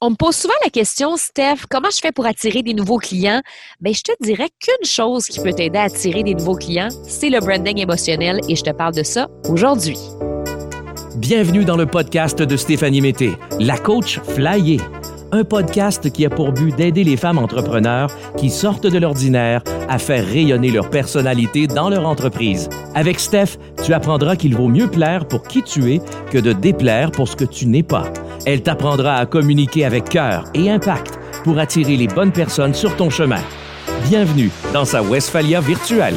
On me pose souvent la question, Steph, comment je fais pour attirer des nouveaux clients? Bien, je te dirais qu'une chose qui peut t'aider à attirer des nouveaux clients, c'est le branding émotionnel et je te parle de ça aujourd'hui. Bienvenue dans le podcast de Stéphanie Mété, la coach flyée. Un podcast qui a pour but d'aider les femmes entrepreneurs qui sortent de l'ordinaire à faire rayonner leur personnalité dans leur entreprise. Avec Steph, tu apprendras qu'il vaut mieux plaire pour qui tu es que de déplaire pour ce que tu n'es pas. Elle t'apprendra à communiquer avec cœur et impact pour attirer les bonnes personnes sur ton chemin. Bienvenue dans sa Westphalia virtuelle.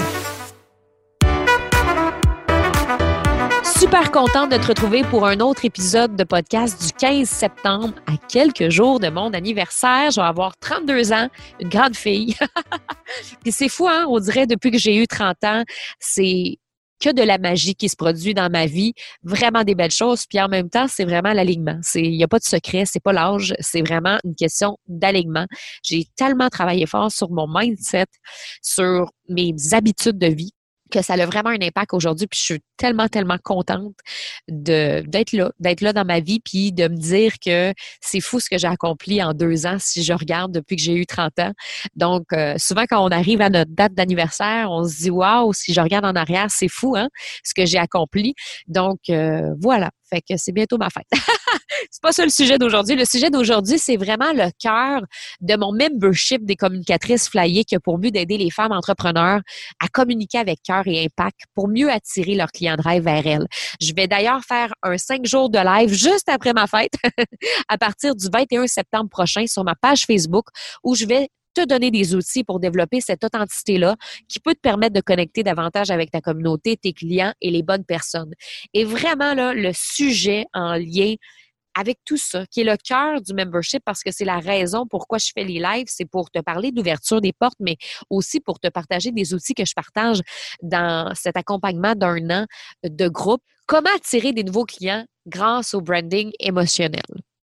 Super contente de te retrouver pour un autre épisode de podcast du 15 septembre, à quelques jours de mon anniversaire. Je vais avoir 32 ans, une grande fille. Puis c'est fou, hein? On dirait depuis que j'ai eu 30 ans, c'est que de la magie qui se produit dans ma vie. Vraiment des belles choses. Puis en même temps, c'est vraiment l'alignement. Il n'y a pas de secret, c'est pas l'âge, c'est vraiment une question d'alignement. J'ai tellement travaillé fort sur mon mindset, sur mes habitudes de vie, que ça a vraiment un impact aujourd'hui, puis je suis tellement contente d'être là dans ma vie, puis de me dire que c'est fou ce que j'ai accompli en 2 ans si je regarde depuis que j'ai eu 30 ans. Donc, souvent quand on arrive à notre date d'anniversaire, on se dit « Wow, si je regarde en arrière, c'est fou, hein, ce que j'ai accompli. » Donc, voilà, fait que c'est bientôt ma fête. C'est pas ça le sujet d'aujourd'hui. Le sujet d'aujourd'hui, c'est vraiment le cœur de mon membership des communicatrices flyées qui a pour but d'aider les femmes entrepreneurs à communiquer avec cœur et impact pour mieux attirer leurs clients de rêve vers elles. Je vais d'ailleurs faire un 5 jours de live juste après ma fête à partir du 21 septembre prochain sur ma page Facebook où je vais te donner des outils pour développer cette authenticité-là qui peut te permettre de connecter davantage avec ta communauté, tes clients et les bonnes personnes. Et vraiment, là, le sujet en lien avec tout ça, qui est le cœur du membership, parce que c'est la raison pourquoi je fais les lives, c'est pour te parler d'ouverture des portes, mais aussi pour te partager des outils que je partage dans cet accompagnement d'1 an de groupe. Comment attirer des nouveaux clients grâce au branding émotionnel?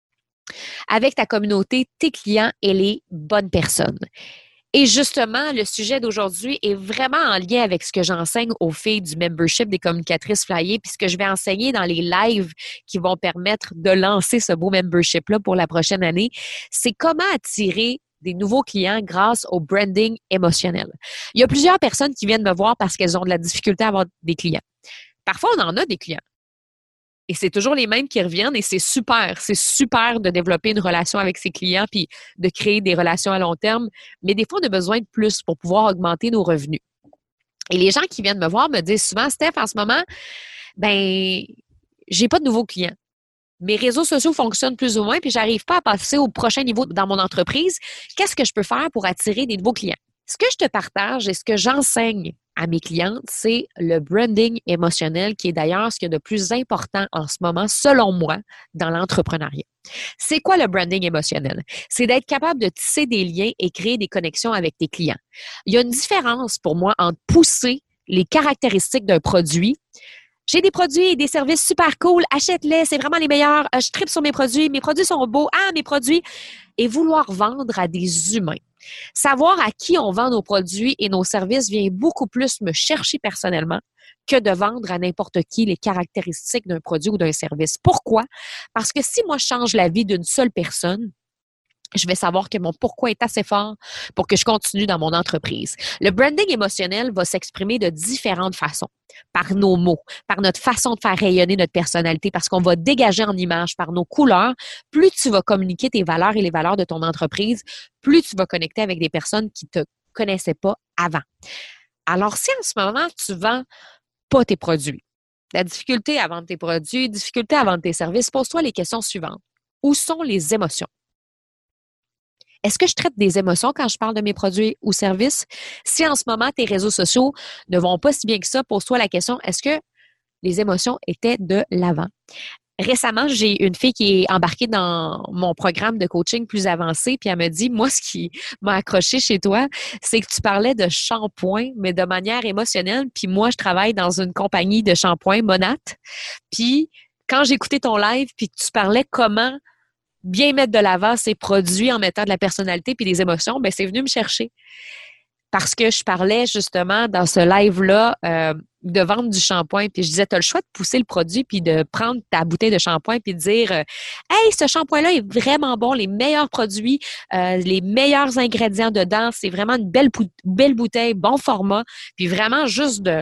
Avec ta communauté, tes clients et les bonnes personnes. Et justement, le sujet d'aujourd'hui est vraiment en lien avec ce que j'enseigne aux filles du membership des communicatrices flyées, puis ce que je vais enseigner dans les lives qui vont permettre de lancer ce beau membership-là pour la prochaine année. C'est comment attirer des nouveaux clients grâce au branding émotionnel. Il y a plusieurs personnes qui viennent me voir parce qu'elles ont de la difficulté à avoir des clients. Parfois, on en a des clients. Et c'est toujours les mêmes qui reviennent et c'est super. C'est super de développer une relation avec ses clients puis de créer des relations à long terme. Mais des fois, on a besoin de plus pour pouvoir augmenter nos revenus. Et les gens qui viennent me voir me disent souvent, Steph, en ce moment, j'ai pas de nouveaux clients. Mes réseaux sociaux fonctionnent plus ou moins puis j'arrive pas à passer au prochain niveau dans mon entreprise. Qu'est-ce que je peux faire pour attirer des nouveaux clients? Ce que je te partage et ce que j'enseigne à mes clientes, c'est le branding émotionnel qui est d'ailleurs ce qu'il y a de plus important en ce moment, selon moi, dans l'entrepreneuriat. C'est quoi le branding émotionnel? C'est d'être capable de tisser des liens et créer des connexions avec tes clients. Il y a une différence pour moi entre pousser les caractéristiques d'un produit. J'ai des produits et des services super cool, achète-les, c'est vraiment les meilleurs, je tripe sur mes produits sont beaux, mes produits, et vouloir vendre à des humains. Savoir à qui on vend nos produits et nos services vient beaucoup plus me chercher personnellement que de vendre à n'importe qui les caractéristiques d'un produit ou d'un service. Pourquoi? Parce que si moi je change la vie d'une seule personne, je vais savoir que mon pourquoi est assez fort pour que je continue dans mon entreprise. Le branding émotionnel va s'exprimer de différentes façons. Par nos mots, par notre façon de faire rayonner notre personnalité, parce qu'on va dégager en image par nos couleurs. Plus tu vas communiquer tes valeurs et les valeurs de ton entreprise, plus tu vas connecter avec des personnes qui ne te connaissaient pas avant. Alors, si en ce moment, tu vends pas tes produits, la difficulté à vendre tes produits, difficulté à vendre tes services, pose-toi les questions suivantes. Où sont les émotions? Est-ce que je traite des émotions quand je parle de mes produits ou services? Si en ce moment, tes réseaux sociaux ne vont pas si bien que ça, pose-toi la question, est-ce que les émotions étaient de l'avant? Récemment, j'ai une fille qui est embarquée dans mon programme de coaching plus avancé, puis elle me dit, moi, ce qui m'a accroché chez toi, c'est que tu parlais de shampoing, mais de manière émotionnelle, puis moi, je travaille dans une compagnie de shampoing, Monat, puis quand j'écoutais ton live, puis que tu parlais comment bien mettre de l'avant ces produits en mettant de la personnalité puis des émotions, c'est venu me chercher. Parce que je parlais justement dans ce live-là de vendre du shampoing. Puis je disais, tu as le choix de pousser le produit puis de prendre ta bouteille de shampoing puis de dire, hey, ce shampoing-là est vraiment bon, les meilleurs produits, les meilleurs ingrédients dedans. C'est vraiment une belle bouteille, bon format. Puis vraiment juste de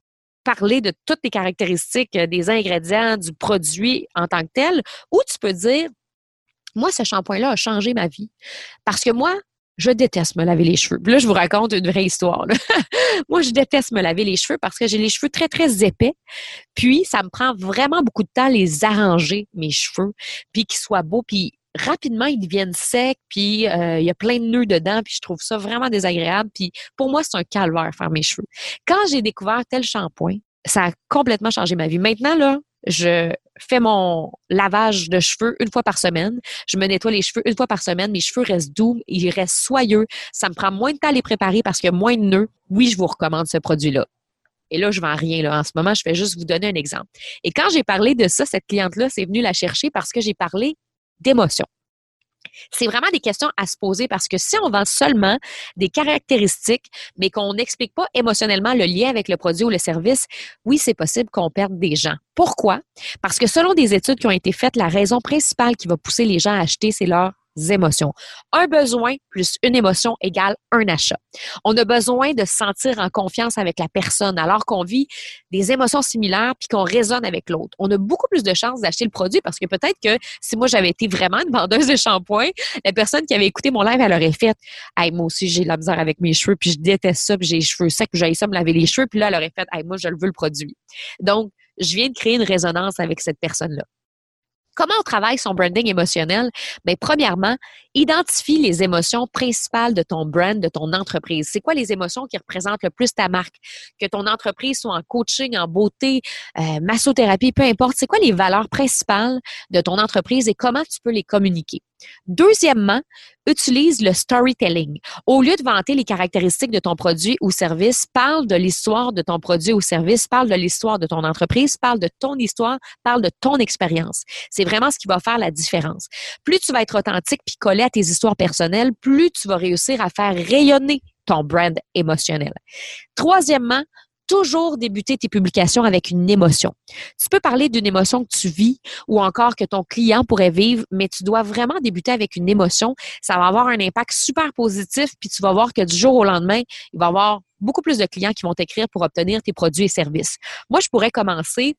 parler de toutes les caractéristiques des ingrédients, du produit en tant que tel. Ou tu peux dire, moi, ce shampoing-là a changé ma vie. Parce que moi, je déteste me laver les cheveux. Puis là, je vous raconte une vraie histoire, là. Moi, je déteste me laver les cheveux parce que j'ai les cheveux très, très épais. Puis, ça me prend vraiment beaucoup de temps à les arranger, mes cheveux, puis qu'ils soient beaux. Puis, rapidement, ils deviennent secs, puis il y a plein de nœuds dedans, puis je trouve ça vraiment désagréable. Puis, pour moi, c'est un calvaire faire mes cheveux. Quand j'ai découvert tel shampoing, ça a complètement changé ma vie. Maintenant, là, je fais mon lavage de cheveux une fois par semaine. Je me nettoie les cheveux une fois par semaine. Mes cheveux restent doux, ils restent soyeux. Ça me prend moins de temps à les préparer parce qu'il y a moins de nœuds. Oui, je vous recommande ce produit-là. Et là, je vends rien, là. En ce moment, je fais juste vous donner un exemple. Et quand j'ai parlé de ça, cette cliente-là, c'est venue la chercher parce que j'ai parlé d'émotion. C'est vraiment des questions à se poser parce que si on vend seulement des caractéristiques, mais qu'on n'explique pas émotionnellement le lien avec le produit ou le service, oui, c'est possible qu'on perde des gens. Pourquoi? Parce que selon des études qui ont été faites, la raison principale qui va pousser les gens à acheter, c'est leur émotions. Un besoin plus une émotion égale un achat. On a besoin de se sentir en confiance avec la personne alors qu'on vit des émotions similaires puis qu'on résonne avec l'autre. On a beaucoup plus de chances d'acheter le produit parce que peut-être que si moi j'avais été vraiment une vendeuse de shampoing, la personne qui avait écouté mon live, elle aurait fait « Hey, moi aussi j'ai de la misère avec mes cheveux puis je déteste ça puis j'ai les cheveux secs puis j'aille ça me laver les cheveux » puis là elle aurait fait « Hey, moi je le veux le produit. » Donc, je viens de créer une résonance avec cette personne-là. Comment on travaille son branding émotionnel? Bien, premièrement, identifie les émotions principales de ton brand, de ton entreprise. C'est quoi les émotions qui représentent le plus ta marque? Que ton entreprise soit en coaching, en beauté, massothérapie, peu importe. C'est quoi les valeurs principales de ton entreprise et comment tu peux les communiquer? Deuxièmement, utilise le storytelling. Au lieu de vanter les caractéristiques de ton produit ou service, parle de l'histoire de ton produit ou service, parle de l'histoire de ton entreprise, parle de ton histoire, parle de ton expérience. C'est vraiment ce qui va faire la différence. Plus tu vas être authentique puis coller à tes histoires personnelles, plus tu vas réussir à faire rayonner ton brand émotionnel. Troisièmement, toujours débuter tes publications avec une émotion. Tu peux parler d'une émotion que tu vis ou encore que ton client pourrait vivre, mais tu dois vraiment débuter avec une émotion. Ça va avoir un impact super positif, puis tu vas voir que du jour au lendemain, il va y avoir beaucoup plus de clients qui vont t'écrire pour obtenir tes produits et services. Moi, je pourrais commencer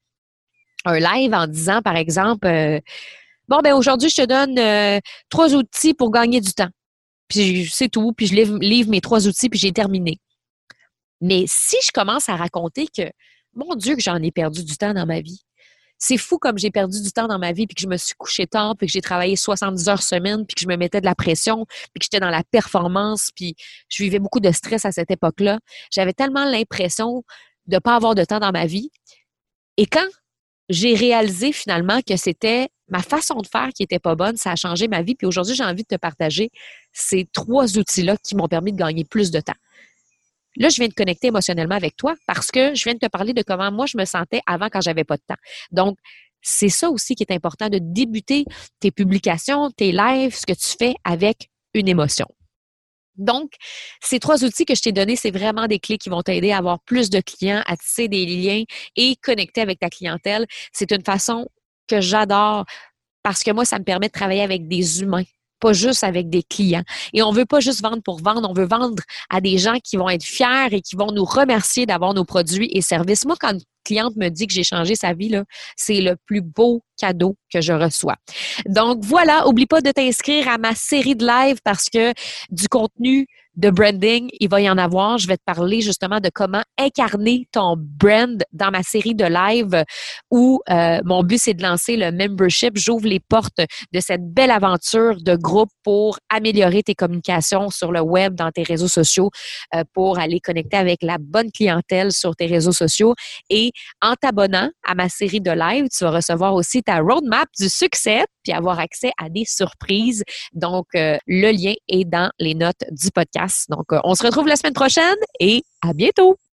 un live en disant, par exemple, bon, ben aujourd'hui, je te donne 3 outils pour gagner du temps. Puis c'est tout, puis je livre mes 3 outils, puis j'ai terminé. Mais si je commence à raconter que, mon Dieu, que j'en ai perdu du temps dans ma vie. C'est fou comme j'ai perdu du temps dans ma vie, puis que je me suis couchée tard, puis que j'ai travaillé 70 heures semaine, puis que je me mettais de la pression, puis que j'étais dans la performance, puis je vivais beaucoup de stress à cette époque-là. J'avais tellement l'impression de ne pas avoir de temps dans ma vie. Et quand j'ai réalisé finalement que c'était ma façon de faire qui était pas bonne, ça a changé ma vie. Puis aujourd'hui, j'ai envie de te partager ces 3 outils-là qui m'ont permis de gagner plus de temps. Là, je viens de connecter émotionnellement avec toi parce que je viens de te parler de comment moi je me sentais avant quand j'avais pas de temps. Donc, c'est ça aussi qui est important, de débuter tes publications, tes lives, ce que tu fais avec une émotion. Donc, ces 3 outils que je t'ai donnés, c'est vraiment des clés qui vont t'aider à avoir plus de clients, à tisser des liens et connecter avec ta clientèle. C'est une façon que j'adore parce que moi, ça me permet de travailler avec des humains, pas juste avec des clients. Et on veut pas juste vendre pour vendre, on veut vendre à des gens qui vont être fiers et qui vont nous remercier d'avoir nos produits et services. Moi, quand une cliente me dit que j'ai changé sa vie, là, c'est le plus beau cadeau que je reçois. Donc voilà, oublie pas de t'inscrire à ma série de live parce que du contenu de branding, il va y en avoir. Je vais te parler justement de comment incarner ton brand dans ma série de live où mon but, c'est de lancer le membership. J'ouvre les portes de cette belle aventure de groupe pour améliorer tes communications sur le web, dans tes réseaux sociaux, pour aller connecter avec la bonne clientèle sur tes réseaux sociaux. Et en t'abonnant à ma série de live, tu vas recevoir aussi ta roadmap du succès puis avoir accès à des surprises. Donc, le lien est dans les notes du podcast. Donc, on se retrouve la semaine prochaine et à bientôt!